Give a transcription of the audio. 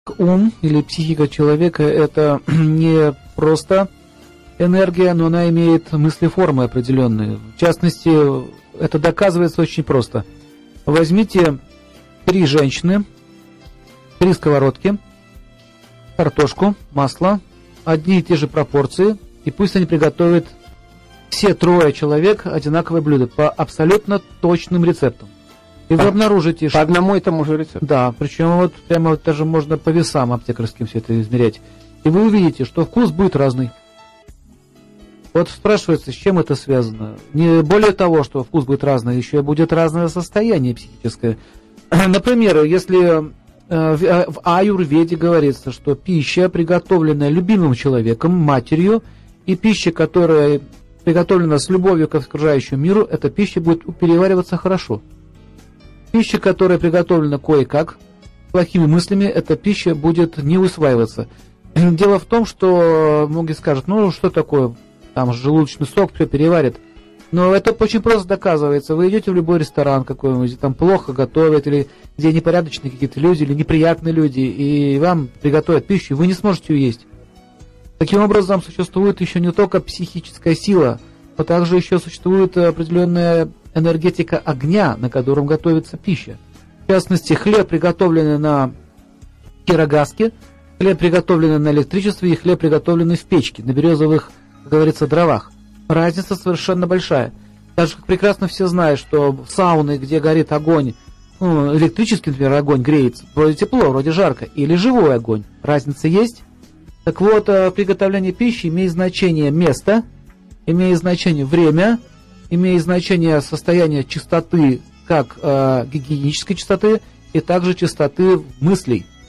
Ум или психика человека – это не просто энергия, но она имеет мыслеформы определенные. В частности, это доказывается очень просто. Возьмите 3 женщины, 3 сковородки, картошку, масло, одни и те же пропорции, и пусть они приготовят все 3 человек одинаковое блюдо по абсолютно точным рецептам. И вы обнаружите, что... По одному и тому же рецепту. Да, причем вот прямо вот даже можно по весам аптекарским все это измерять. И вы увидите, что вкус будет разный. Вот спрашивается, с чем это связано. Не более того, что вкус будет разный, еще и будет разное состояние психическое. Например, если в аюрведе говорится, что пища, приготовленная любимым человеком, матерью, и пища, которая приготовлена с любовью к окружающему миру, эта пища будет перевариваться хорошо. Пища, которая приготовлена кое-как, плохими мыслями, эта пища будет не усваиваться. Дело в том, что многие скажут, ну что такое, там желудочный сок все переварит. Но это очень просто доказывается. Вы идете в любой ресторан какой-нибудь, где там плохо готовят, или где непорядочные какие-то люди, или неприятные люди, и вам приготовят пищу, и вы не сможете ее есть. Таким образом, существует еще не только психическая сила, но также еще существует определенная энергетика огня, на котором готовится пища. В частности, хлеб, приготовленный на кирогазке, хлеб, приготовленный на электричестве, и хлеб, приготовленный в печке, на березовых, как говорится, дровах. Разница совершенно большая. Даже как прекрасно все знают, что в сауне, где горит огонь, электрический, например, огонь греется, вроде тепло, вроде жарко, или живой огонь. Разница есть? Так вот, приготовление пищи имеет значение место, имеет значение время, имеет значение состояние чистоты, как гигиенической чистоты, и также чистоты мыслей.